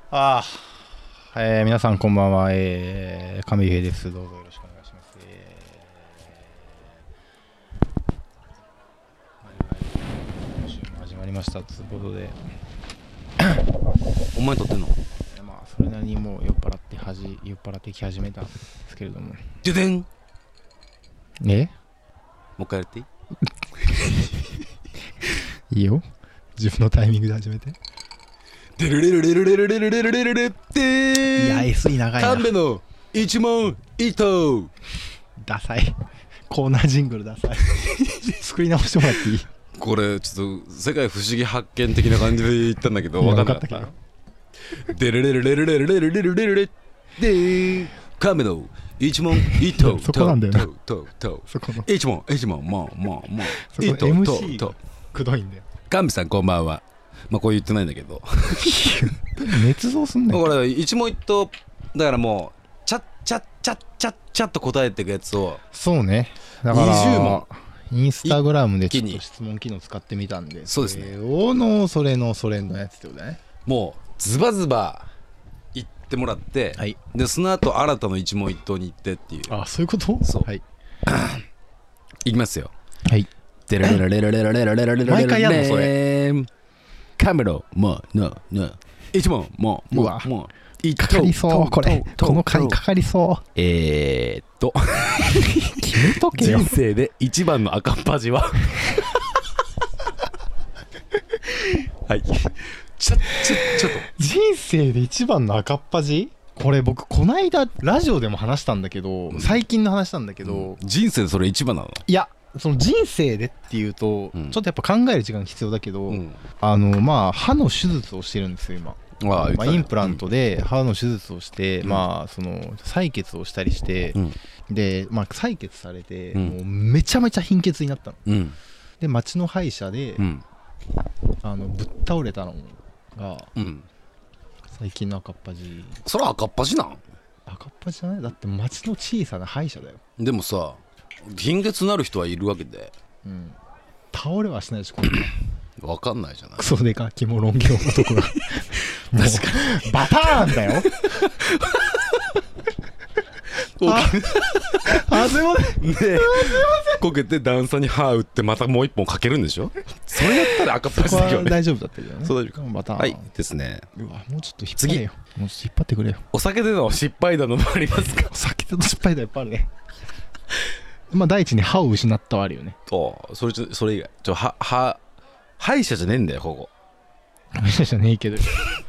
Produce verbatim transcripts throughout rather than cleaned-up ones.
ああ、えー、皆さんこんばんは、えー、亀井平です。どうぞよろしくお願いします。えー、今週も始まりましたということでお前撮ってんの？ まあそれなりにもう酔っ払ってはじ酔っ払ってき始めたんですけれども、 ででんえもう一回やっていい？ いいよ、自分のタイミングで始めて。 デルレルレルレルレルレルレルレルでいや エスイー 長いな。 神戸の一問一答。 ダサい、コーナージングルダサい作り直してもらっていい？ これちょっと世界不思議発見的な感じで言ったんだけど分かんなかった。デルレルレルレルレルレルレルレルで神戸の一問一答。 そこなんだよな。 そこの一問一問まあまあまあ一答 エムシー くどいんだよ。 神戸さんこんばんは。まあこう言ってないんだけど捏造すんねん。 だから一問一答だからもうチャッチャッチャッチャッチャッと答えていくやつをそうね。だからにじゅう問インスタグラムでちょっと質問機能使ってみたんで、 そうですね。 それをのそれのそれのやつってことだね。 もうズバズバ言ってもらって、 はい、 でその後新たな一問一答に行ってっていう。 あ、そういうこと？ そう。 はい。 いきますよ。 はい。 デラレラレラレラレラレラレラ毎回やんのそれ。 カメラもうのの一問もうもうもうかかりそうこれ。この回かかりそう。 えーっと決めとけよ。 人生で一番の赤っ端ははいちょちょちょっと人生で一番の赤っ端？これ僕こないだラジオでも話したんだけど、うん、最近の話なんだけど、うん、 人生でそれ一番なの？ いやその人生でっていうと、うん、ちょっとやっぱ考える時間必要だけど、うん、あのまあ歯の手術をしてるんですよ今。あまあ、インプラントで歯の手術をして、うん、まあその採血をしたりして、うん、でまあ採血されて、うん、もうめちゃめちゃ貧血になったの、うん、で町の歯医者で、うん、あのぶっ倒れたのが、うん、最近の赤っ端。 それは赤っ端なん？ 赤っ端じゃない？だって町の小さな歯医者だよ。 でもさ貧血なる人はいるわけで、 うん、倒れはしないしこんな分かんないじゃない。 クソでかキモロン毛の男がもう確かにバターンだよあ、すいませんね。 こけて段差に歯打ってまたもう一本かけるんでしょ。それやったら赤っ端だけどね。 大丈夫だったけどね。 そう大丈夫か。 バターンはいですね。 うわもうちょっと引っ張れよ。もうちょっと引っ張ってくれよ。 お酒での失敗談のもありますか？ お酒での失敗談いっぱいあるねまあ第一に歯を失ったはあるよね。 おそれちょそれ以外ちょ歯歯歯医者じゃねえんだよここ。 歯医者じゃねえけど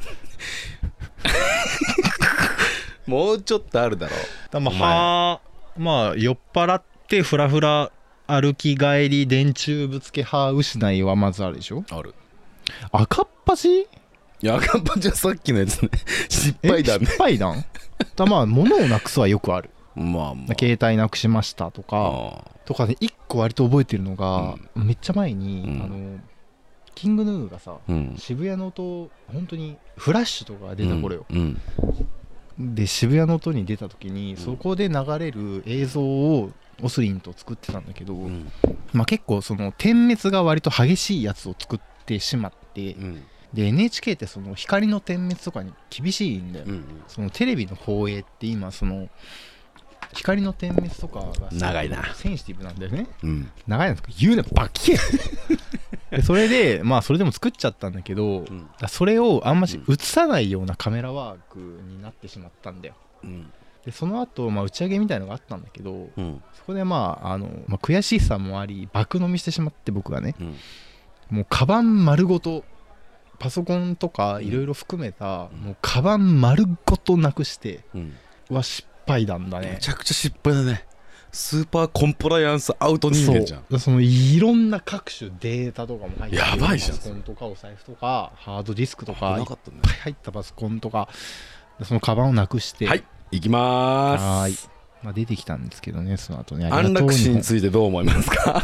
もうちょっとあるだろう。 だまあ歯まあ酔っ払ってフラフラ歩き帰り電柱ぶつけ歯失いはまずあるでしょ。 ある。 赤っ端？いや赤っ端はさっきのやつね失敗談ね。 失敗談だまあ物をなくすはよくあるまあまあ携帯なくしましたとかとかね。一個割と覚えてるのが、うん、めっちゃ前に、うん、あのキングヌーがさ、うん、渋谷の音本当にフラッシュとか出た頃よ、うんうん、で渋谷の音に出た時に、うん、そこで流れる映像をオスリンと作ってたんだけど、うん、まあ結構その点滅が割と激しいやつを作ってしまって、うん、で エヌエイチケー ってその光の点滅とかに厳しいんだよ、うんうん、そのテレビの放映って今その光の点滅とかが長いなセンシティブなんだよね、うん、長いなんですか言うなバキでそれでまあそれでも作っちゃったんだけど、うん、だそれをあんまし映さないようなカメラワークになってしまったんだよ、うん、でその後、まあ打ち上げみたいのがあったんだけど、うん、そこでまああの、まあ、悔しさもあり爆飲みしてしまって僕がね、うん、もうカバン丸ごとパソコンとかいろいろ含めた、うん、もうカバン丸ごとなくして、うん、は失敗談だね。 めちゃくちゃ失敗だね。スーパーコンプライアンスアウト人間じゃん。 そうそのいろんな各種データとかも入ってる。 やばいじゃん。 パソコンとかお財布とかハードディスクとかいっぱいね、 入ったパソコンとかそのカバンをなくしてはい行きまーす。 はい、まあ、出てきたんですけどね。その後ね安楽死についてどう思いますか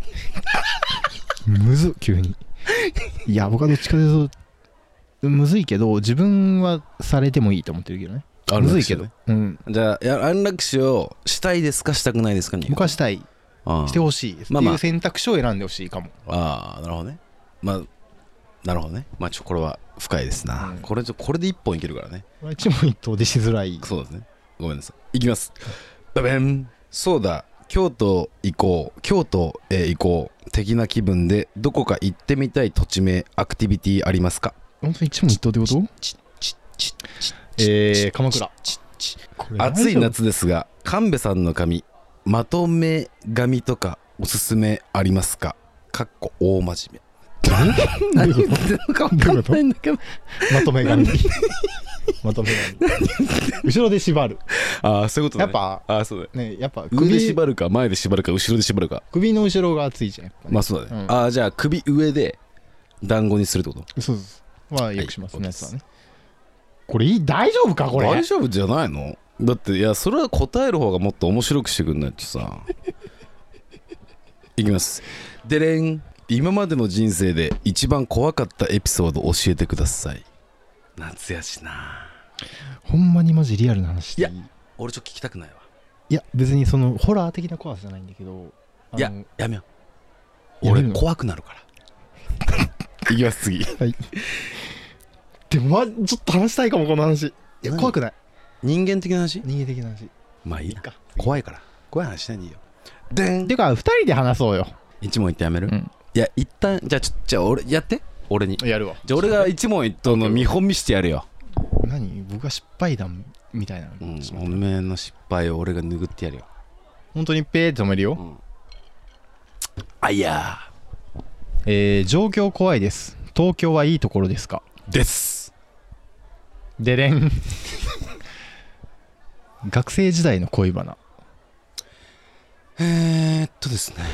むず急にいや僕はどっちかというとむずいけど自分はされてもいいと思ってるけどね。むずいけど、うん、 じゃあ安楽死をしたいですかしたくないですかに僕はしたい。してほしいっていう選択肢を選んでほしいかも。 ああなるほどね。まあなるほどね。まあちょこれは深いですな、うん、これちょこれで一本いけるからね。 一問一答でしづらい。 そうですね、ごめんなさい。いきます。バベン。そうだ、京都行こう、京都へ行こう的な気分でどこか行ってみたい土地名アクティビティありますか？ 本当に一問一答ってこと？えー、鎌倉。 暑い夏ですが神戸さんの髪まとめ髪とかおすすめありますか？かっこ大真面目。何言ってんのか分かんないんだけど。 まとめ髪まとめ髪後ろで縛る。 ああそういうことね。 やっぱあそうだね、やっぱ首で縛るか前で縛るか後ろで縛るか。 首の後ろが熱いじゃん、ね、 まあそうだね、うん、ああじゃあ首上で団子にするってこと？ そうですまあよくしますね、やつはね。これいい大丈夫かこれ？ 大丈夫じゃないの？だっていやそれは答える方がもっと面白くしてくんないとさいきます。でれん。今までの人生で一番怖かったエピソード教えてください。夏やしな。 ほんまにマジリアルな話でいい？ いや俺ちょっと聞きたくないわ。 いや別にそのホラー的な怖さじゃないんだけど、 いややめよう。俺怖くなるからいきます次。はい。でもまちょっと話したいかもこの話。いや怖くない。 人間的な話？ 人間的な話。 まあいいか。怖いから怖い話しないでいいよ。 でんてかふたりで話そうよ。 一問一答やめる？うん、いや一旦じゃあちょじゃあ俺やって俺にやるわ。 じゃあ俺が一問一答の見本見してやるよ。 何僕が失敗談みたいなの、うん、 おめえの失敗を俺が拭ってやるよ。 本当にペーって止めるよ、うん、 あいやー、えー、状況怖いです。東京はいいところですか？ です。 でれん学生時代の恋バナ。 えーっとですね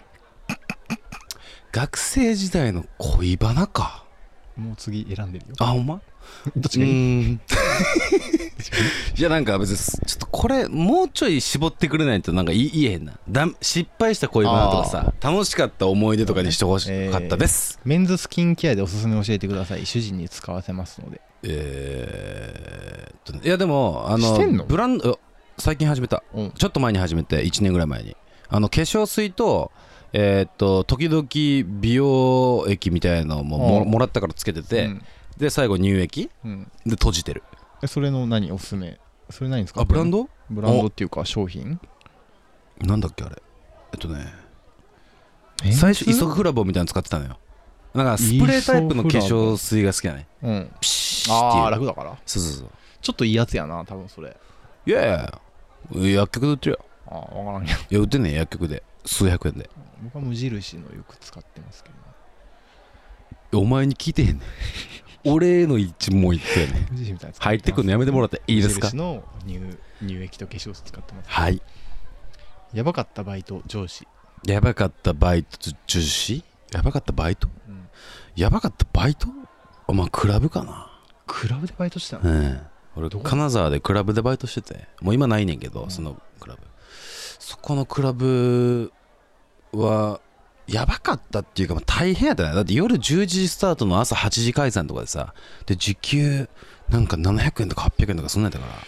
学生時代の恋バナか。 もう次選んでるよ。 あほんまどっちがいい？いやなんか別にちょっとこれもうちょい絞ってくれないとなんか言えへんな。だ失敗した恋バナとかさ楽しかった思い出とかにしてほしかったです、 えー、メンズスキンケアでおすすめ教えてください。主人に使わせますので。 えーっと、ね、いやでもあのブランド最近始めた、うん、ちょっと前に始めていちねんぐらい前にあの化粧水とえー、っと時々美容液みたいなのも も, もらったからつけてて、うん、で最後乳液、うん、で閉じてる。 えそれの何おすすめ？それ何ですか？ あブランド？ ブランドっていうか商品？ なんだっけあれえっとね最初イソフラボみたいなの使ってたのよ。なんかスプレータイプの化粧水が好きだね。 うん、ピシッっていう。ああ楽だから。 そうそうそう。 ちょっといいやつやな多分それ。 いやいや薬局で売ってるよ。 ああ分からんや。 いや売ってんねん薬局で数百円で。 僕は無印のよく使ってますけど。 お前に聞いてへんねん俺への一問一答やねん入ってくるのやめてもらっていいですか？ 無印の 乳, 乳液と化粧水使ってます。 はい。 やばかったバイト上司。 やばかったバイト上司やばかったバイト、うん、やばかったバイトあまあクラブかな。 クラブでバイトしてたの、 うん、俺金沢でクラブでバイトしててもう今ないねんけど、うん、そのクラブそこのクラブはやばかったっていうか、まあ、大変やったね。だって夜じゅうじスタートの朝はちじ解散とかでさで時給なんかななひゃくえんとかはっぴゃくえんとかそんなんやったから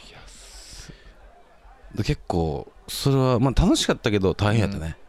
で結構それはまあ楽しかったけど大変やったね、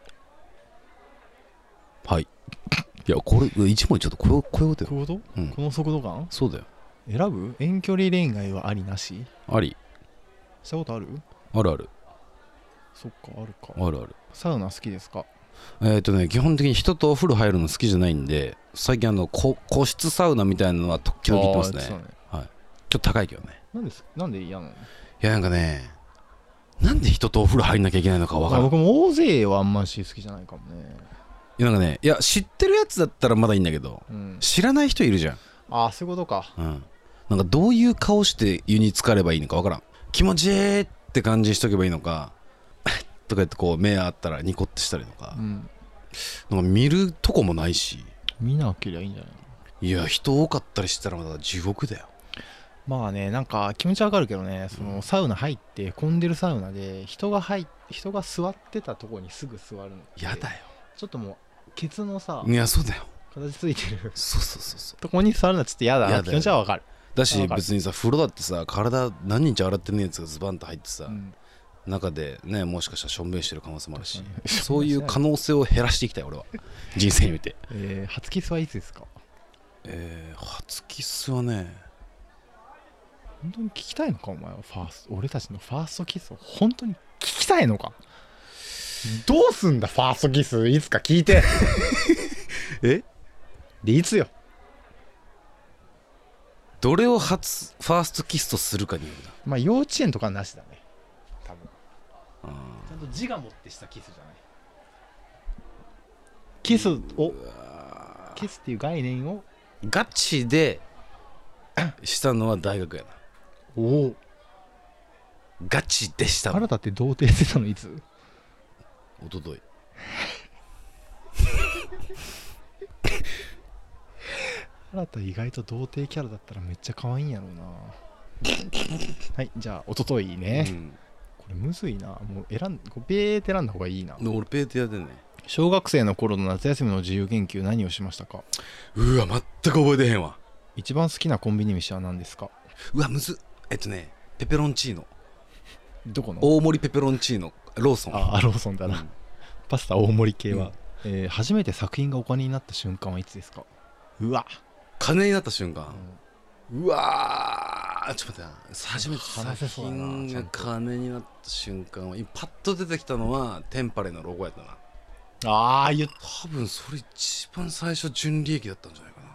うん、はい。いやこれ一問ちょっとこうこういうことよ。 こういうこと、うん、この速度感そうだよ。 選ぶ遠距離恋愛はありなし？ あり。 したことある？ あるある。 そっかあるか。 あるある。 サウナ好きですか？ えっとね基本的に人とお風呂入るの好きじゃないんで最近あの個室サウナみたいなのは時々行ってますね。ね、はい。ちょっと高いけどね。 なんでなんで嫌なの？いやなんかねなんで人とお風呂入んなきゃいけないのか分からん。 僕も大勢はあんまし好きじゃないかもね。 いやなんかねいや知ってるやつだったらまだいいんだけど、うん、知らない人いるじゃん。 ああそういうことか。 うん。なんかどういう顔して湯に浸かればいいのか分からん。気持ちいいって感じにしとけばいいのかとか言ってこう目あったらニコってしたりとか、うん、なんか見るとこもないし見なけりゃいいんじゃないの？ いや人多かったりしたらまだ地獄だよ。 まあねなんか気持ちわかるけどねそのサウナ入って混んでるサウナで人が入人が座ってたとこにすぐ座るのやだよ。 ちょっともうケツのさいやそうだよ形ついてるそうそうそうそうとこに座るのはちょっとやだな気持ちはわかる。 だし別にさ風呂だってさ体何日洗ってんのやつがズバンと入ってさ、うん、中でねもしかしたらしょんべんしてる可能性もあるしそういう可能性を減らしていきたい俺は人生において。 えー、初キスはいつですか？ えー、初キスはね、 本当に聞きたいのかお前は。ファースト俺たちのファーストキスを本当に聞きたいのか。どうすんだファーストキス、いつか聞いてえでいつよ。 どれを初ファーストキスとするかによるな。 まあ幼稚園とかなしだね多分。ちゃんと自我持ってしたキスじゃない。キスをキスっていう概念をガチでしたのは大学やな。 おお。 ガチでしたの。 あなたって童貞してたのいつ？ おととい。 あなた意外と童貞キャラだったらめっちゃ可愛いんやろうな。はいじゃあおとといね、うん、これむずいな。もう選んこうペーって選んだ方がいいな。 俺ペーってやってんね。 小学生の頃の夏休みの自由研究何をしましたか？ うわ全く覚えてへんわ。 一番好きなコンビニ飯は何ですか？ うわむずえっとねペペロンチーノ。 どこの？ 大盛りペペロンチーノローソン。 ああローソンだな、うん、パスタ大盛り系は、うんえー、初めて作品がお金になった瞬間はいつですか？うわ金になった瞬間、うん、うわーちょっと待ってな。初めて作品が金になった瞬間はパッと出てきたのはテンパレのロゴやったな。 ああ言っ多分それ一番最初純利益だったんじゃないか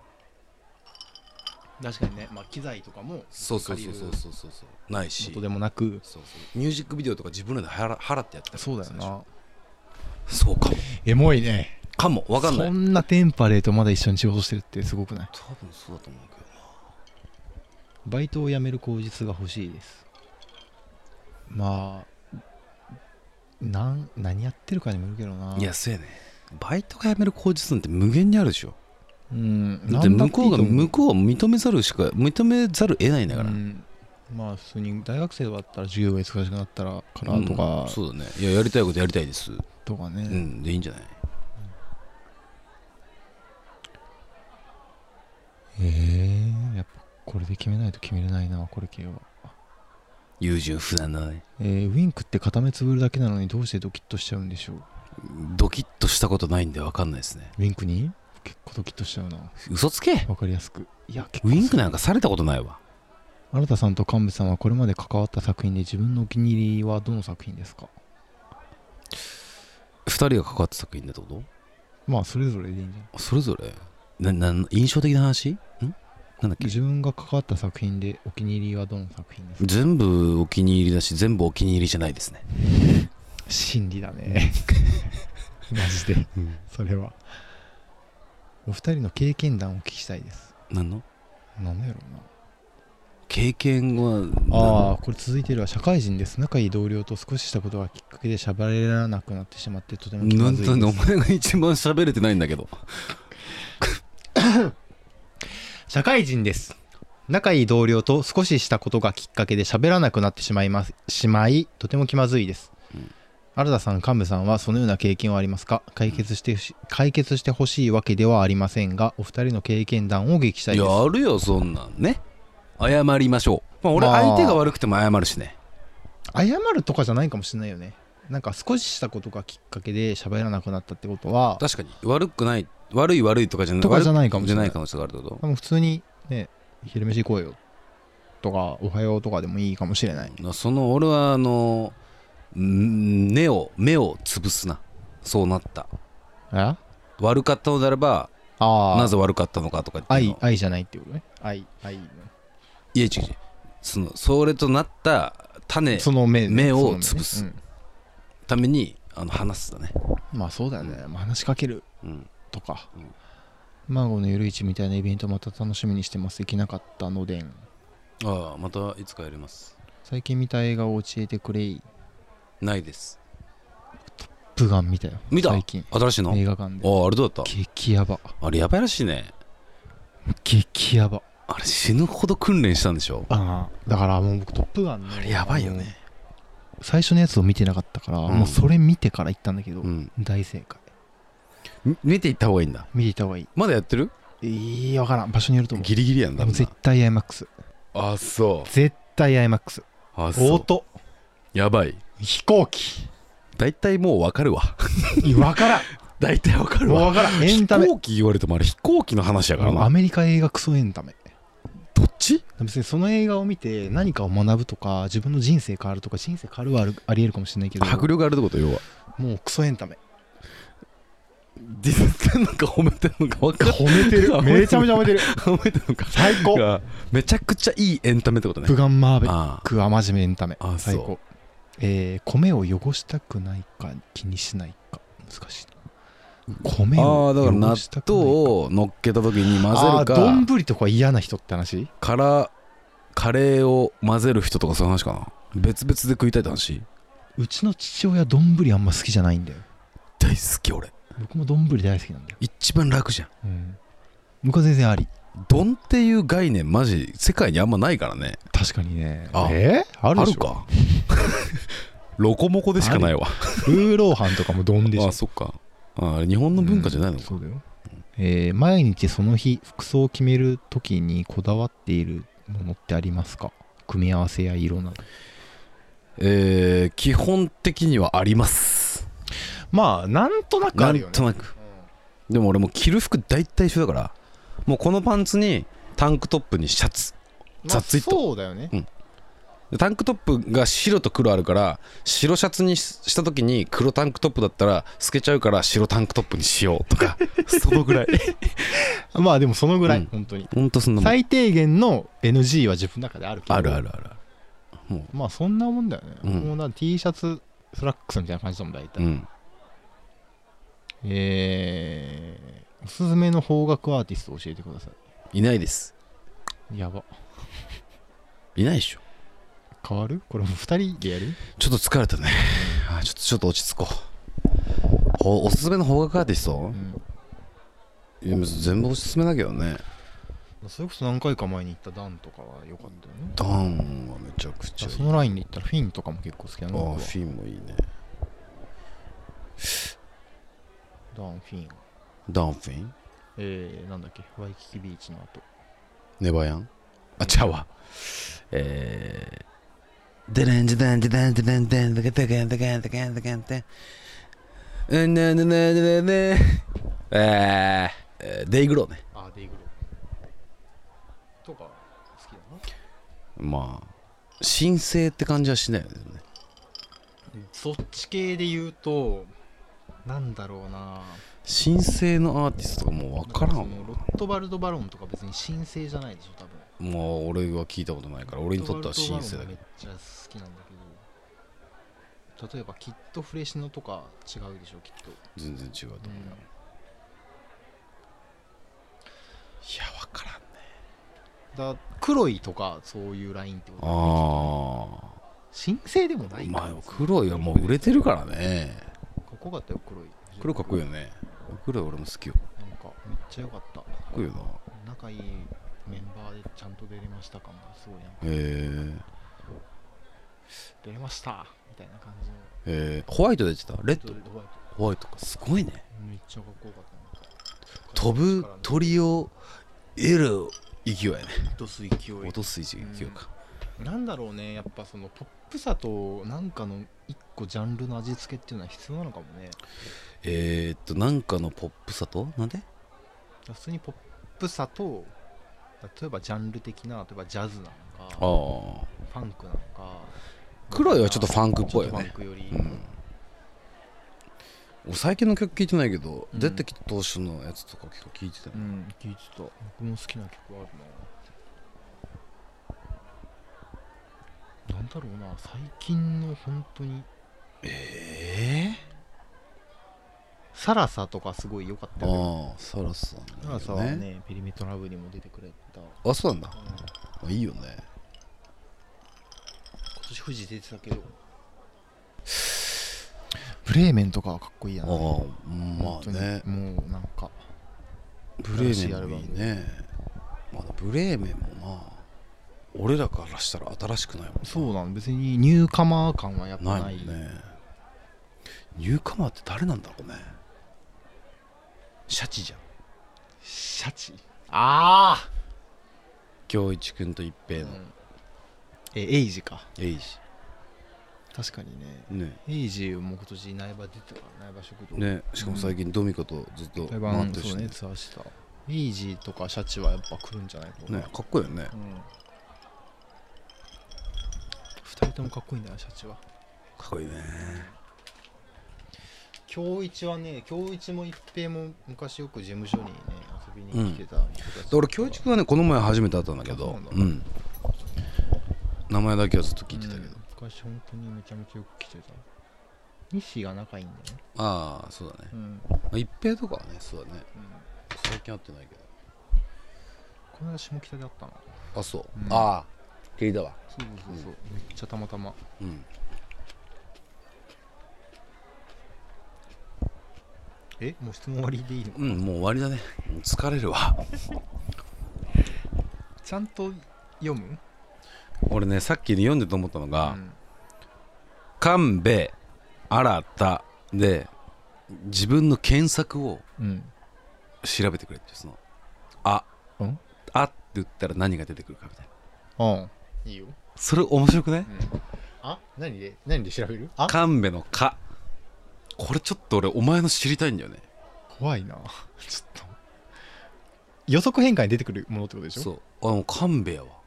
な。確かにね、まあ、機材とかもそうそうそうそうそうそうないし元でもなくそうそうミュージックビデオとか自分らで払払ってやった。 そうだよな。 そうかも。 エモいね。 かもわかんない。 そんなテンパレーとまだ一緒に仕事してるってすごくない？ 多分そうだと思うけどな。 バイトを辞める口実が欲しいです。まあなん何やってるかにもよるけどな。 いやそうやね。バイトが辞める口実なんて無限にあるでしょ。 うんだって向こうが向こうは認めざるしか認めざる得ないんだから、うん、 まあ普通に大学生だったら授業が忙しくなったらからとか、 うん、そうだね。いややりたいことやりたいですとかね、 うんでいいんじゃない。 えー、やっぱこれで決めないと決めれないなこれ系は。 優柔不断だね。 えー、ウィンクって片目つぶるだけなのにどうしてドキッとしちゃうんでしょう？ ドキッとしたことないんで分かんないですね。 ウィンクに結構ドキッとしちゃうな。 嘘つけ。 分かりやすく。いやウィンクなんかされたことないわ。 新田さんと神戸さんはこれまで関わった作品で自分のお気に入りはどの作品ですか？ ふたりが関わった作品だってこと？ まあそれぞれでいいんじゃない？ それぞれなな印象的な話？んなんだっけ？ 自分が関わった作品でお気に入りはどの作品ですか？ 全部お気に入りだし全部お気に入りじゃないですね。 真理だねマジで、うん、それはお二人の経験談をお聞きしたいです。 何の？ 何だろうな。 経験はああこれ続いてるわ。社会人です。仲いい同僚と少ししたことがきっかけで喋れなくなってしまってとても気まずいです。 なんでお前が一番喋れてないんだけど社会人です。仲いい同僚と少ししたことがきっかけで喋らなくなってしまいますしまいとても気まずいです。新田さん、幹部さんはそのような経験はありますか？解決して解決してほしいわけではありませんが、お二人の経験談をお聞きしたいです。 いやあるよそんなんね。謝りましょう。まあ、俺相手が悪くても謝るしね。 謝るとかじゃないかもしれないよね。なんか少ししたことがきっかけで喋らなくなったってことは確かに悪くない悪い悪いとかじゃないとかじゃないかもしれない。 可能性があるってこと？ 多分普通にね昼飯行こうよとかおはようとかでもいいかもしれない。 その俺はあの目を目を潰すな。そうなったえ悪かったのであればあなぜ悪かったのかとか愛愛じゃないっていうことね。愛愛のいや違う違うそのそれとなった種その 目, 目を潰す、ねうん、ためにあの話すだね。 まあそうだよね、うんまあ、話しかけるとか、うん、マーゴのゆるいちみたいなイベントまた楽しみにしてます。できなかったのでああまたいつかやります。 最近見た映画を教えてくれ。 ないです。 トップガン見たよ。 見た最近新しいの映画館で。 あああれどうだった？ 激ヤバ。 あれやばいらしいね。 激ヤバ。 あれ死ぬほど訓練したんでしょ？ ああだからもう僕トップガンのあれやばいよね。 最初のやつを見てなかったから、うん、もうそれ見てから行ったんだけど、うん、大正解。 見ていった方がいいんだ。 見ていった方がいい。 まだやってる？ いや分からん場所によると思う。 ギリギリやんだ。 絶対 アイマックス。 あそう絶対 アイマックス。 あそう音やばい。 飛行機だいたいもう分かるわ分からん大体わかるわ。 もう分からん。エンタメ。 飛行機言われてもあれ飛行機の話やからな。 アメリカ映画クソエンタメ。 どっち？ 別にその映画を見て何かを学ぶとか自分の人生変わるとか人生変わるはあるありえるかもしれないけど、 迫力あるってこと要は。 もうクソエンタメ。 ディスってんのか褒めてんのか分かんない。 褒めてる。めちゃめちゃ褒めてる。 褒めてんのか。 最高。 めちゃくちゃいいエンタメってことね。 プガンマーベックは真面目エンタメ。 ああ最高。えー、米を汚したくないか気にしないか。難しいな。米を汚したくないか。 ああだから納豆を乗っけた時に混ぜるか。 あ丼とか嫌な人って話？ からカレーを混ぜる人とかそういう話かな。別々で食いたいって話。 うちの父親丼あんま好きじゃないんだよ。 大好き俺。 僕も丼大好きなんだよ。 一番楽じゃん、 うん、僕は全然あり。 丼っていう概念マジ世界にあんまないからね。 確かにね。 あえー、あるでしょ。 あるかロコモコでしかないわ。 ウーローハンとかも丼でしょ。 あそっか。あ日本の文化じゃないのか、 うん、そうだよ、えー、毎日その日服装を決めるときにこだわっているものってありますか？組み合わせや色など。 えー、基本的にはあります。 まあなんとなくあるよね。 なんとなく、うん、でも俺もう着る服大体一緒だからもうこのパンツにタンクトップにシャツ、 ザッツイット。そうだよね、 うん、タンクトップが白と黒あるから白シャツにした時に黒タンクトップだったら透けちゃうから白タンクトップにしようとかそのぐらいまあでもそのぐらい、うん、本当に本当そんなもん。最低限の エヌジー は自分の中であるけど。 あるあるある。 もうまあそんなもんだよね、うん、もうな T シャツスラックスみたいな感じだもん大体、うん、えー、おすすめの邦楽アーティスト教えてください。いないです。 やば。 いないでしょ。 変わる？これもうふたりでやる？ ちょっと疲れたね。あちょっとちょっと落ち着こう。おすすめの邦楽アーティスト、うん、いや全部おすすめだけどね。 それこそ何回か前に行ったダンとかは良かったよね。 ダンはめちゃくちゃいい。 そのラインで言ったらフィンとかも結構好きなの。 ああフィンもいいね。 ダンフィン。 ダンフィンえー、なんだっけワイキキビーチの後ネバヤンあちゃうわ。えーデレンジデンジデンジデンデンデケデケンデケンデケンデケンデンうんねねねねねえーデイグローね。 あデイグローとか好きだな。まあ神聖って感じはしないよね。 そっち系で言うとなんだろうな。 神聖のアーティストがもう分からんわ。ロットバルド・バロンとか別に神聖じゃないでしょ多分。 もう俺は聞いたことないから俺にとっては神聖だけど。 めっちゃ好きなんだけど例えばキッド・フレシノとか違うでしょきっと。 全然違うと思う、うん、いや分からんね。 だ黒いとかそういうラインってこと。ああ神聖でもないか。 まあ黒いはもう売れてるからね。 かっこよかったよ黒い。 黒かっこいいよね。黒い俺も好きよ。 なんかめっちゃよかった。かっこいいよな。 仲いいメンバーでちゃんと出れました感がすごいな。 へえ。 出れましたみたいな感じの。 へえ。ホワイト出てた？レッド？ホワイトか。すごいね。 めっちゃかっこよかった。 飛ぶ鳥を得る勢いやね。 落とす勢い。 落とす勢いか。 なんだろうね、やっぱそのポップさとなんかの一個ジャンルの味付けっていうのは必要なのかもね。 えー、っとなんかのポップさとなんで？ 普通にポップさと例えばジャンル的な例えばジャズなのかあファンクなのか。 黒いはちょっとファンクっぽいよね。 ファンクより、 うん、最近の曲聴いてないけど、うん、出てきた当初のやつとか結構聴いてたよ、 うん、聴いてた。僕も好きな曲あるな。なんだろうな最近の本当にええー、 サラサとかすごい良かったよ。 ああサラサ、ね、 サラサはねペリメトラブにも出てくれた。 あそうなんだ、うん、いいよね。 今年富士出てたけどブレーメンとかはかっこいいやな。ああまあねもうなんかブレーメンもいいね。まだブレーメンもな俺らからしたら新しくないもん。 そうなん別にニューカマー感はやっぱない。ないね。 ニューカマーって誰なんだろうね。シャチじゃん。 シャチ。ああ京一くんと一平の、うん、 えエイジか。 エイジ確かにね。ねエイジも今年苗場出てたから苗場食堂ね。しかも最近ドミコとずっと回ってるし、ね、そうねツアーした。エイジとかシャチはやっぱ来るんじゃないかね。かっこいいよね、うん、 ふたりともかっこいいんだよシャチは。 かっこいいね。 京一はね、京一も一平も昔よく事務所にね遊びに来てた、 うん、俺京一君はねこの前初めて会ったんだけど、うん、名前だけはずっと聞いてたけど、うん、 昔本当にめちゃめちゃよく来てた。西が仲いいんだよね。 ああそうだね、うん、まあ、一平とかはねそうだね、うん、最近会ってないけどこの間下北で会ったの。 あそう、うん、ああ聞いたわ。 そうそうそう、うん、めっちゃたまたま。うんえ、もう質問終わりでいいのかな。 うん、もう終わりだね。疲れるわちゃんと読む？ 俺ね、さっき読んでと思ったのが、うん、神戸新たで自分の検索を調べてくれって、そのあ、うん、あって言ったら何が出てくるかみたいな。 うん、いいよ。 それ面白くね、うん、 あ、何で何で調べる？ あ、神戸のか。これちょっと俺お前の知りたいんだよね。 怖いなちょっと予測変換に出てくるものってことでしょ。 そう、あの神戸やわ。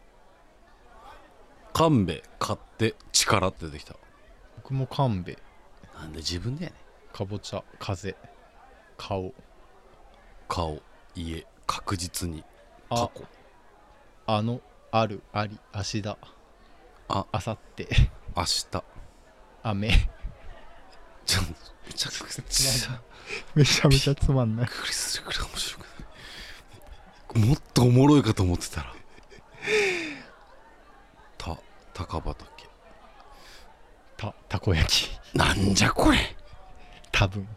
神戸買って力って出てきた。 僕も神戸。 なんで自分でやねん。 かぼちゃ、風、顔、 顔、家、確実に過去、 あの、ある、あり、足だ、 あ、 あさって、 明日、 雨ちょめちゃくちゃめちゃめちゃつまんない。 びっくりするくらい面白くない。もっとおもろいかと思ってたらた、高畑た、たこ焼きなんじゃこれ。 多分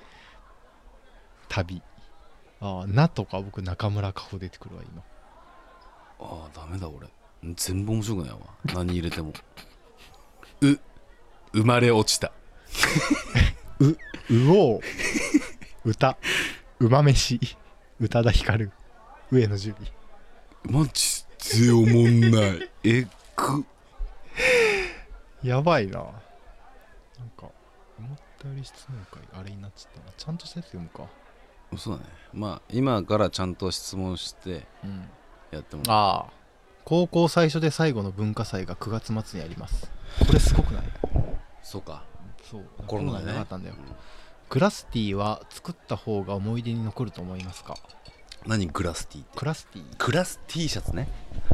旅。ああ、なとか僕中村佳穂出てくるわ今。 ああ、ダメだ俺全部面白くないわ何入れてもう、生まれ落ちたう、うおう歌、馬飯、宇多田ヒカル、上野樹里。 マジでおもんないえぐやばいな。なんか思ったより質問会あれになっちゃったな。ちゃんとしたやつ読むか。 そうだね。まあ今からちゃんと質問してやってもらう、うん、 ああ、高校最初で最後の文化祭がくがつ末にあります。これすごくない？ そうか。 そう、コロナでなかったんだよ、うん、グラスティは作った方が思い出に残ると思いますか？ 何グラスティって？ グラスティグラス T シャツね。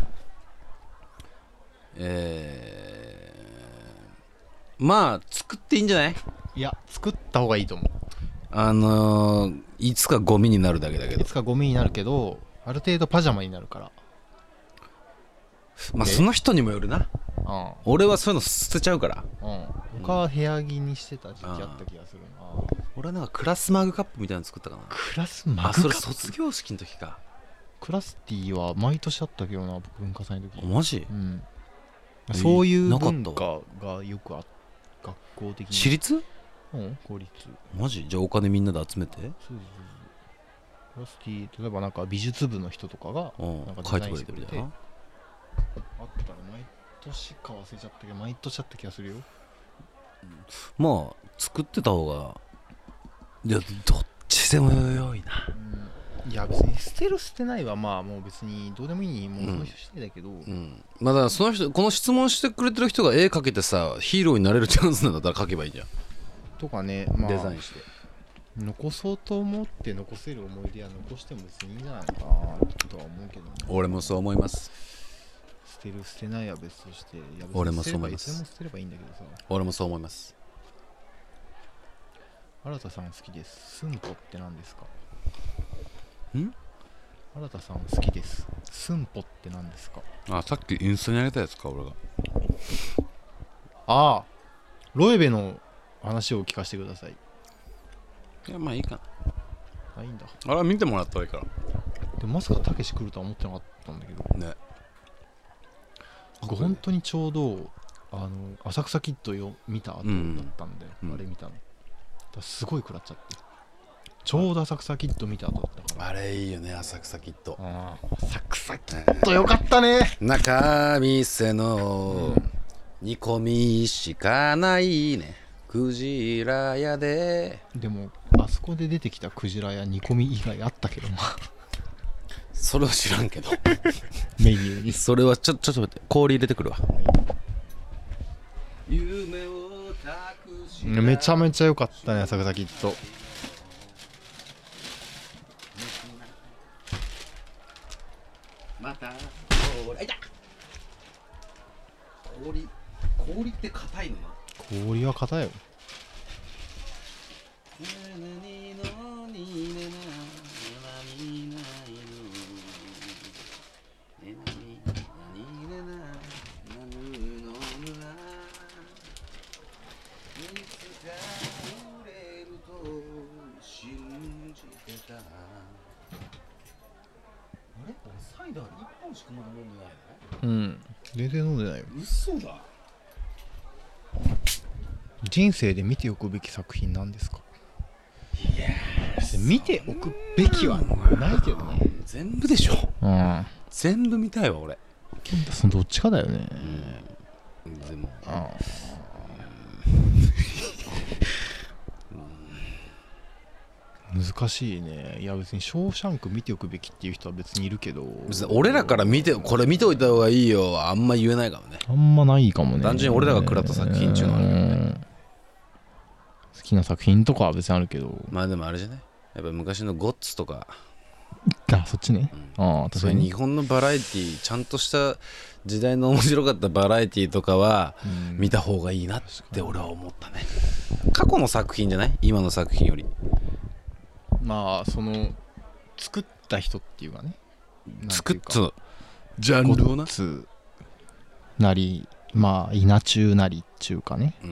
えー、まあ作っていいんじゃない？ いや、作った方がいいと思う。 あのー、いつかゴミになるだけだけど。 いつかゴミになるけど、ある程度パジャマになるから。 まあその人にもよるな。うん、俺はそういうの捨てちゃうから。 うん、他は部屋着にしてた時期あった気がするな。 俺はなんかクラスマグカップみたいなの作ったかな。 クラスマグカップ？あ、 それ卒業式の時か。 クラスティは毎年あったけどな、僕文化祭の時。 マジ？ うん、そういう文化がよくあっ学校的に。 私立？ うん、公立。 マジ？じゃあお金みんなで集めて。そうそうそう。 クラスティ、例えばなんか美術部の人とかがなんかデザインしてくれて、あったら毎年か忘れちゃったけど毎年あった気がするよ。 まあ作ってた方が、いやどっちでも良いな、 うん、いや別に捨てる捨てないはまあもう別にどうでもいい、もうその人次第だけど、うんうん、 まあだからその人、この質問してくれてる人が絵描けてさヒーローになれるチャンスなんだったら描けばいいじゃんとかね、まあ、 デザインして残そうと思って残せる思い出は残しても別にいいんじゃないのかなとは思うけどね。 俺もそう思います。 捨てる捨てないは別として、いや別俺もそう思います。 いつでも捨てればいいんだけどさ。 俺もそう思います。 新田さん好きです。スンポって何ですか？ ん？ 新田さん好きです。スンポって何ですか？ あ、さっきインスタにあげたやつか、俺が。 ああ、ロエベの話を聞かせてください。 いや、まあいいかな。 あ、いいんだ。 あれ見てもらったらいいから。 でもまさかたけし来るとは思ってなかったんだけどね。僕本当にちょうどあの浅草キッドを見た後だったんだよ、うん、あれ見たの。だすごい食らっちゃって、ちょうど浅草キッド見た後だったから。 あれいいよね、浅草キッド。 あ、浅草キッドよかったね。 中見せの煮込みしかないねクジラ屋で。 でもあそこで出てきたクジラや煮込み以外あったけどなそれは知らんけどメニューに。 それはちょちょっと待って、氷入れてくるわ。夢を託しめちゃめちゃ良かったね、浅草キッド。 また氷、あいた氷、氷って硬いのな。 氷は硬いよ。 サイダーいっぽんしかまだ飲んでないうん、全然飲んでないよ。 の？嘘だ。 人生で見ておくべき作品なんですか？ いや見ておくべきはないけどね。 全部でしょ。 うん、 全部見たいわ俺。 そのどっちかだよね。 うん、でもあ難しいね。いや別にショーシャンク見ておくべきっていう人は別にいるけど、 俺らから見てこれ見ておいた方がいいよはあんま言えないかもね。 あんまないかもね。 単純に俺らが食らった作品っていうのはあるけどね。 好きな作品とかは別にあるけど、 まあでもあれじゃない、やっぱ昔のゴッツとか、 あそっちね、うん、ああ確かに日本のバラエティちゃんとした時代の面白かったバラエティとかは見た方がいいなって俺は思ったね。過去の作品じゃない、今の作品より。 まあその作った人っていうかね、 作ったジャンルをな、 つなり、まあ稲中なりっちゅうかね、うんうん、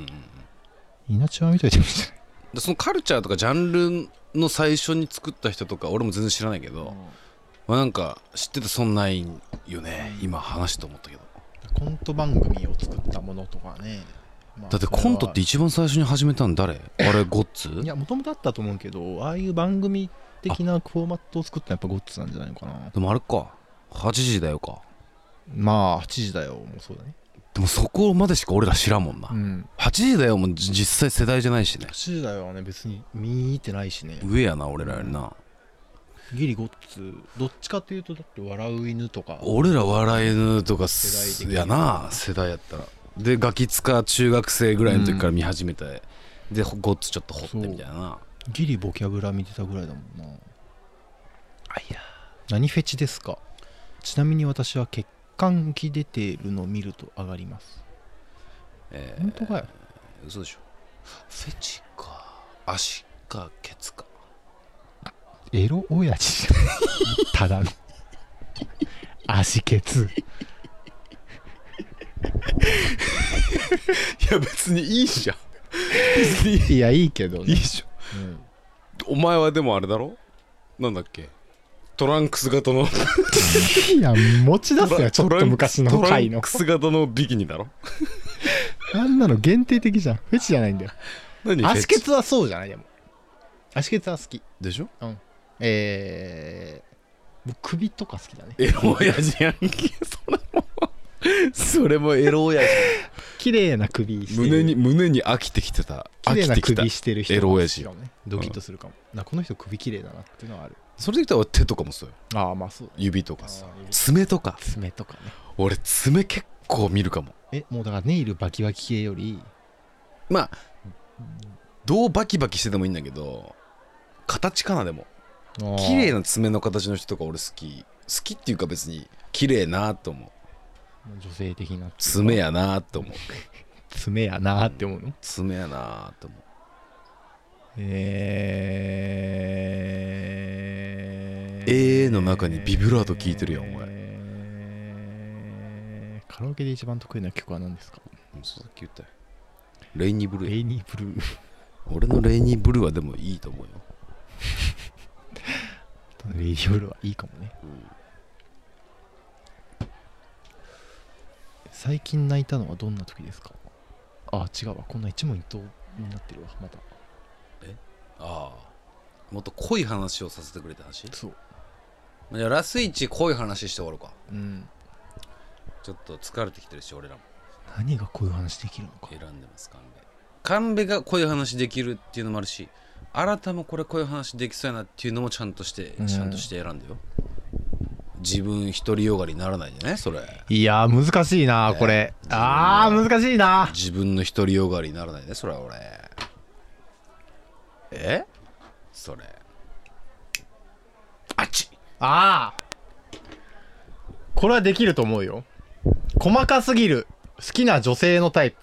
稲中は見といてもいいんじゃない。 そのカルチャーとかジャンルの最初に作った人とか俺も全然知らないけど、うん、まあ、なんか知っててそんないよね、うん、今話して思ったけど。 コント番組を作ったものとかね、 まあ、だってコントって一番最初に始めたん誰？あれゴッツ？ いやもともとあったと思うけど、ああいう番組的なフォーマットを作ったのはやっぱゴッツなんじゃないのかな。 でもあれかはちじだよか、 まあはちじだよもそうだね。 でもそこまでしか俺ら知らんもんな、うん、はちじだよも実際世代じゃないしね。 はちじだよはね別に見てないしね、 上やな俺らよりな。 ギリゴッツどっちかというとだって笑う犬とか、 俺ら笑い犬とかやな世代やったら。でガキツカ中学生ぐらいの時から見始めて、うん、でゴッツちょっと掘ってみたいな。 ギリボキャブラ見てたぐらいだもんな。あ、いや何フェチですか？ちなみに私は血管浮き出てるのを見ると上がります。えー、本当かよ。 嘘でしょ。フェチか足かケツか。 エロ親父じゃないただの足ケツいや別にいいじゃんいやいいけど、ね、 いいじゃん、うん、お前はでもあれだろ、なんだっけ、トランクス型のいや持ち出すよちょっと昔の回のトランクス型のビキニだろあんなの限定的じゃん、フェチじゃないんだよ。 何足ケツはそうじゃない。でも足ケツは好きでしょ。 うん、えー、僕首とか好きだね。 エロ親父やんけそれもそれもエロ親父綺麗な首してる、 胸に胸に飽きてきてた、 綺麗な首してる人エロ親父、 ドキッとするかも、うん、なこの人首綺麗だなっていうのはある。 それで言ったら手とかもそうよ。 ああまあそう、 指とかさ、爪とか爪とかね。 俺爪結構見るかも。 えもうだからネイルバキバキ系より、 まあどうバキバキしててもいいんだけど形かな。でも綺麗な爪の形の人とか俺好き。好きっていうか別に綺麗なと思う。 女性的な爪やなと思う爪やなって思うの、 爪やなと思う。 えー、 えーの中にビブラート聞いてるやんお前。 えー、カラオケで一番得意な曲は何ですか？ さっき言ったよ、レイニーブルー。 レイニーブルー俺のレイニーブルーはでもいいと思うよレイニーブルーはいいかもね、うん。最近泣いたのはどんな時ですか？あ違うわ、こんな一問一答になってるわまた。 えああもっと濃い話をさせてくれた話。 そうじゃあラスイチ濃い話して終わるか。 うん、 ちょっと疲れてきてるし俺らも。 何がこういう話できるのか。 選んでます神戸。神戸がこういう話できるっていうのもあるし、新たもこれこういう話できそうやなっていうのもちゃんとして、うん、ちゃんとして選んでよ。自分独りよがりにならないでねそれ。 いやー難しいな、ね、これ。あー難しいな。 自分の独りよがりにならないでそれは俺。えそれあっち。 ああこれはできると思うよ。細かすぎる好きな女性のタイプ。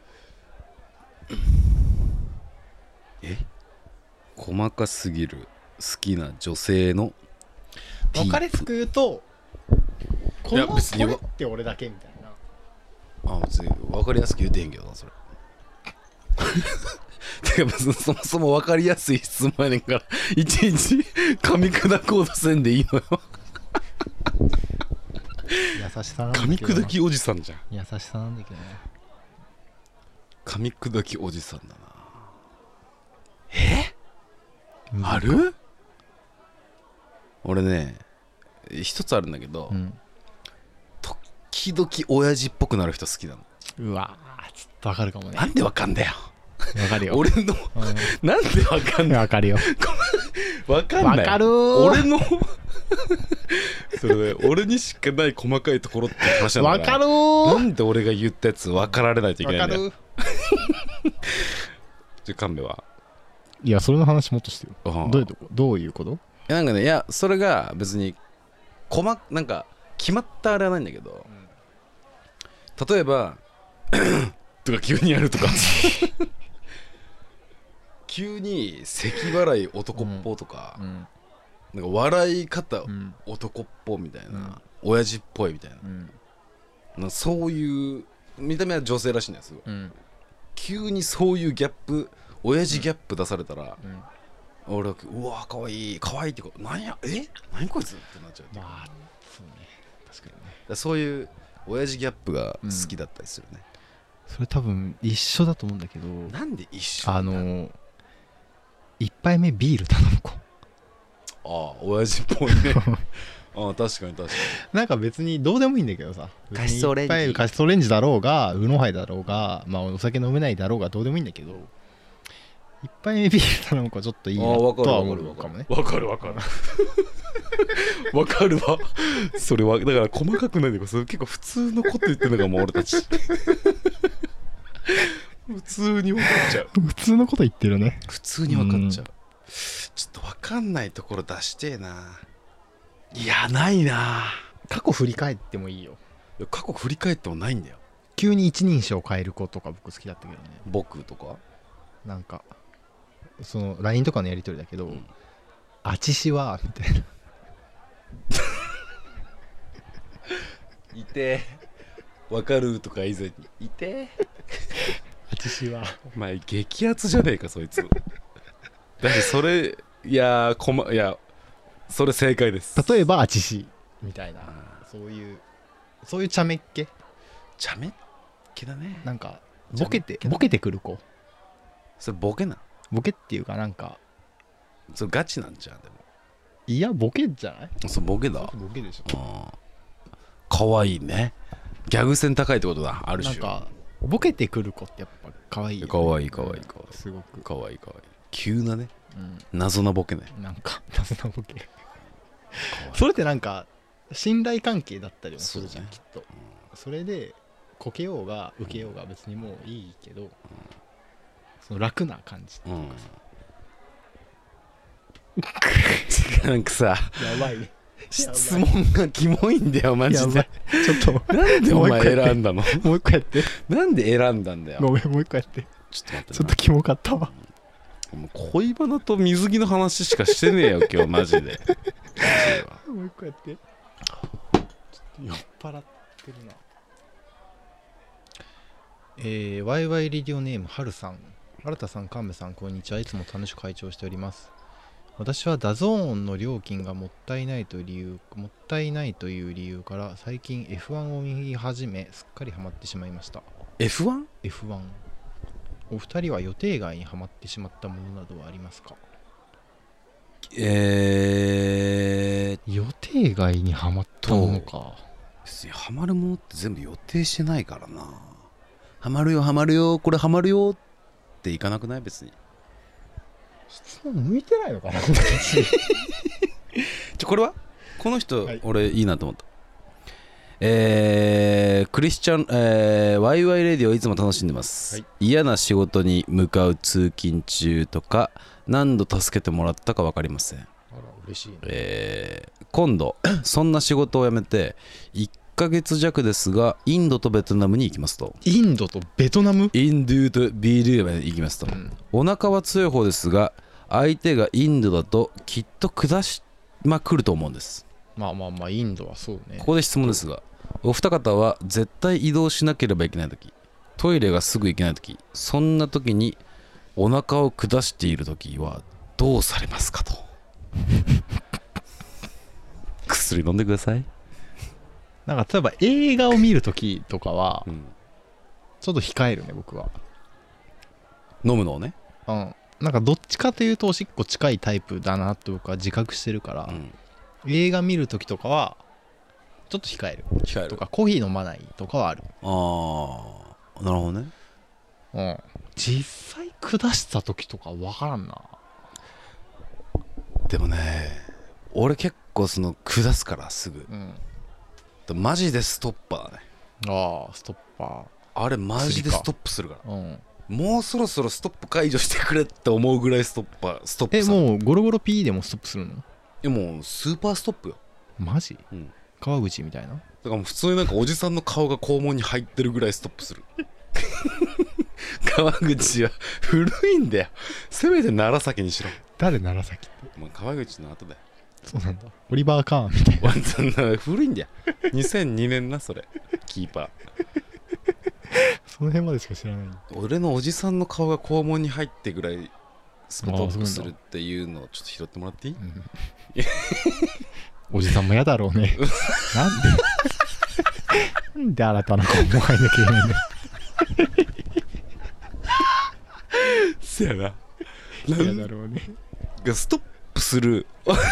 え細かすぎる好きな女性の分かりやすく言うと、このこれって俺だけみたいな。 あ別に分かりやすく言うてへんけどなそれ。てか別にそもそも分かりやすい質問やねんからいちいち噛み砕こうとせんでいいのよ。 優しさなんだけどな。 噛み砕きおじさんじゃん。 優しさなんだけどね。 噛み砕きおじさんだな。えある？俺ね一つあるんだけど、うん、時々親父っぽくなる人好きなの。 うわーちょっとわかるかもね。 なんでわかんだよ。 わかるよ。 俺の、うん、なんでわかんない。 わかるよ。 わかんない。 わかるー。俺のそれで俺にしかない細かいところって話なんだから。わかるー。なんで俺が言ったやつ分かられないといけないんだよ。わかる。じゃ神戸は。 いやそれの話もっとしてよ。どういうとこどういうこと？ いやなんかねいやそれが別に細なんか決まったあれはないんだけど、うん、例えばとか急にやるとか急に咳払い男っぽとか、うん、なんか笑い方、うん、男っぽみたいな、うん、親父っぽいみたいな、うん、なんかそういう見た目は女性らしいんですよ、うん、急にそういうギャップ親父ギャップ出されたら、うん、俺はうわかわいいかわいいってことなんやえ何こいつってなっちゃう。まあそうね確かにね。だそういう親父ギャップが好きだったりするね、 うん、それ多分一緒だと思うんだけど。 なんで一緒あの一杯目ビール頼む子。 ああ親父っぽいね。ああ確かに確かに。 なんか別にどうでもいいんだけどさ。 カシスオレンジカシスオレンジだろうがウーロンハイだろうが、まあお酒飲めないだろうがどうでもいいんだけど。一杯目ビール頼む子ちょっといいなとは思うかもね。 わかるわかるわかるわ。それはだから細かくないでそれ結構普通のこと言ってるのがもう俺たち普通に分かっちゃう。 普通のこと言ってるね。 普通に分かっちゃう、うん、ちょっと分かんないところ出してえな。いやないな。 過去振り返ってもいいよ。 いや過去振り返ってもないんだよ。 急に一人称変える子とか僕好きだったけどね。 僕とかなんかその ライン とかのやり取りだけど、うん、あちしはみたいな。いてわかるとか以前にいてあちしはお前激アツじゃねえかそいつ。だってそれいやこまいやそれ正解です。 例えばあちしみたいな、そういうそういう茶目っ気茶目っ気だね。 なんかボケてボケてくる子。 それボケなボケっていうかなんかそれガチなんじゃん。でもいやボケじゃない。 そうボケだ。 ボケでしょ。 かわいいね。ギャグ線高いってことだ。ある種なんかボケてくる子ってやっぱかわいいよね。 かわいいかわいいかわいい。 すごくかわいいかわいい。急なね、うん、謎なボケね。 なんか謎なボケそれってなんか信頼関係だったりもするじゃん、ね、きっと、うん、それでこけようが受けようが別にもういいけど、うん、その楽な感じっていうかさ、うん、なんかさやばい質問がキモいんだよマジで。 ちょっとなんでお前選んだの。 もう一個やってなんで選んだんだよ。 ごめんもう一個やって。 ちょっと待ってちょっとキモかったわ。 もう恋バナと水着の話しかしてねえよ今日マジで。 もう一個やって。ちょっと酔っ払ってるな。えー、ワイワイレディオネームはるさん、新田さん、神戸さん、こんにちは。いつも楽しく会長しております。私はダゾーンの料金がもったいないという理由もったいないという理由から最近 エフワン を見始めすっかりハマってしまいました。 エフワン？ エフワン お二人は予定外にハマってしまったものなどはありますか？ えー予定外にハマったものか。 別にハマるものって全部予定してないからな。 ハマるよハマるよこれハマるよっていかなくない？別に質問向いてないのかなちょこれはこの人、はい、俺いいなと思った。えー、クリスチャン、えー、ワイワイレディをいつも楽しんでます、はい、嫌な仕事に向かう通勤中とか何度助けてもらったか分かりません。あら嬉しいね。 えー、今度そんな仕事を辞めていっかげつ弱ですがインドとベトナムに行きますと。 インドとベトナム？ インドとビールまで行きますと、うん、お腹は強い方ですが相手がインドだときっと下しまくると思うんです。 まあまあまあインドはそうね。 ここで質問ですが、お二方は絶対移動しなければいけないとき、トイレがすぐ行けないとき、そんなときにお腹を下しているときはどうされますかと薬飲んでください。 なんか例えば映画を見るときとかは、うん、ちょっと控えるね僕は。 飲むのをね。 うん。なんかどっちかというとおしっこ近いタイプだなと僕は自覚してるから、うん、映画見るときとかはちょっと控える控えるとかコーヒー飲まないとかはある。 ああなるほどね。 うん実際下した時とか分からんな。 でもね俺結構その下すからすぐ、うん、マジでストッパーだね。 ああストッパーあれマジでストップするから、うん、もうそろそろストップ解除してくれって思うぐらいストッパーストップ。 えもうゴロゴロ P でもストップするの？ いやもうスーパーストップよ。 マジ？うん川口みたいな。だからもう普通になんかおじさんの顔が肛門に入ってるぐらいストップする川口は古いんだよ。せめて楢崎にしろ。 誰楢崎って？ もう川口の後だよ。 そうなんだ。オリバー・カーンみたいな古いんだよ。にせんにねんなそれキーパーその辺までしか知らない。 俺のおじさんの顔が肛門に入ってぐらいストップするっていうのをちょっと拾ってもらっていい？うん、 おじさんも嫌だろうねなんでなんで新たな子をもらいなきゃいけないんだよせやな嫌だろうねがストップする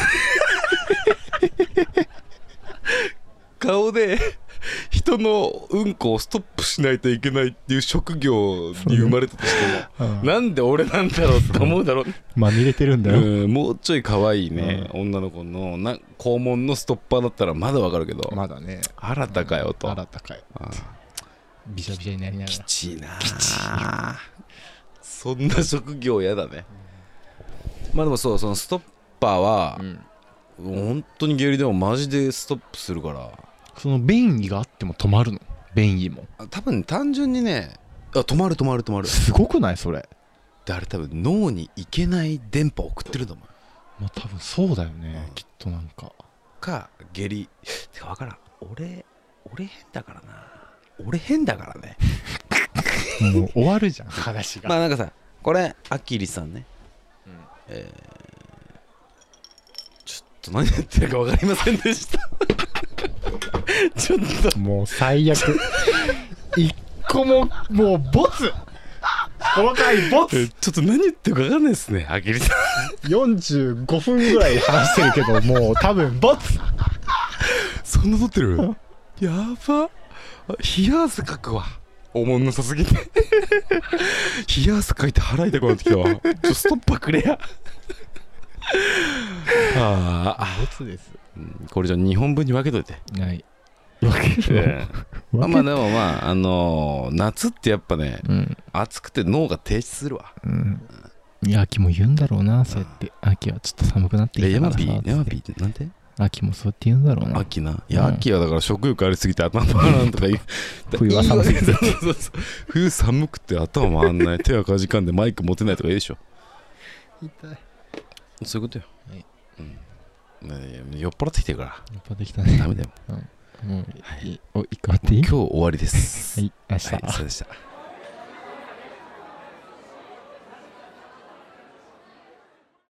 顔で人のうんこをストップしないといけないっていう職業に生まれたとしても、うん、なんで俺なんだろうって思うだろうね。 まみれてるんだよ、 うん、もうちょい可愛いね、うん、女の子のな肛門のストッパーだったらまだわかるけどまだね新たかよと、 うん、新たかよビシャビシャになりながらきちいなきちいそんな職業やだね、うん、まあでもそうそのストッパーは、うん、本当に下痢でもマジでストップするから。 その便意があっても止まるの？便意も多分単純にねあ止まる止まる止まる。 すごくないそれ？ であれ多分脳に行けない電波を送ってると思う。 まあ多分そうだよね、うん、きっとなんかか下痢てか分からん俺俺変だからな俺変だからねもう終わるじゃん話が。 まあなんかさこれあきりさんね、うんえー、ちょっと何やってるか分かりませんでしたちょっともう最悪一個ももうボツこの回ボツちょっと何言ってるか分かんないですねあきりさんよんじゅうごふんぐらい話してるけどもう多分ボツそんな撮ってるやば冷や汗かくわおもんなさすぎて冷や汗かいて腹痛くなってきたわちょっとストッパーくれやああボツです、 うん、これじゃにほんぶんに分けといてはい分ける、 えー、まあでもまああのー、夏ってやっぱね、うん、暑くて脳が停止するわ、うんうん、いや秋も言うんだろうなそうやって秋はちょっと寒くなってきたからさ。 ヤマピーヤマピーってなんで秋もそうやって言うんだろうな。 秋な。いや、うん、秋はだから食欲ありすぎて頭回らんとか言う冬は寒すぎて冬寒くて頭回んない手はかじかんでマイク持てないとか言うでしょ。 痛いそういうことよ、はいうん、酔っ払ってきてるから酔っ払ってきたねダメだよ、 うん、もういい、はい、お一個あっていい？ 今日終わりですはい明日、 はい、そうでした。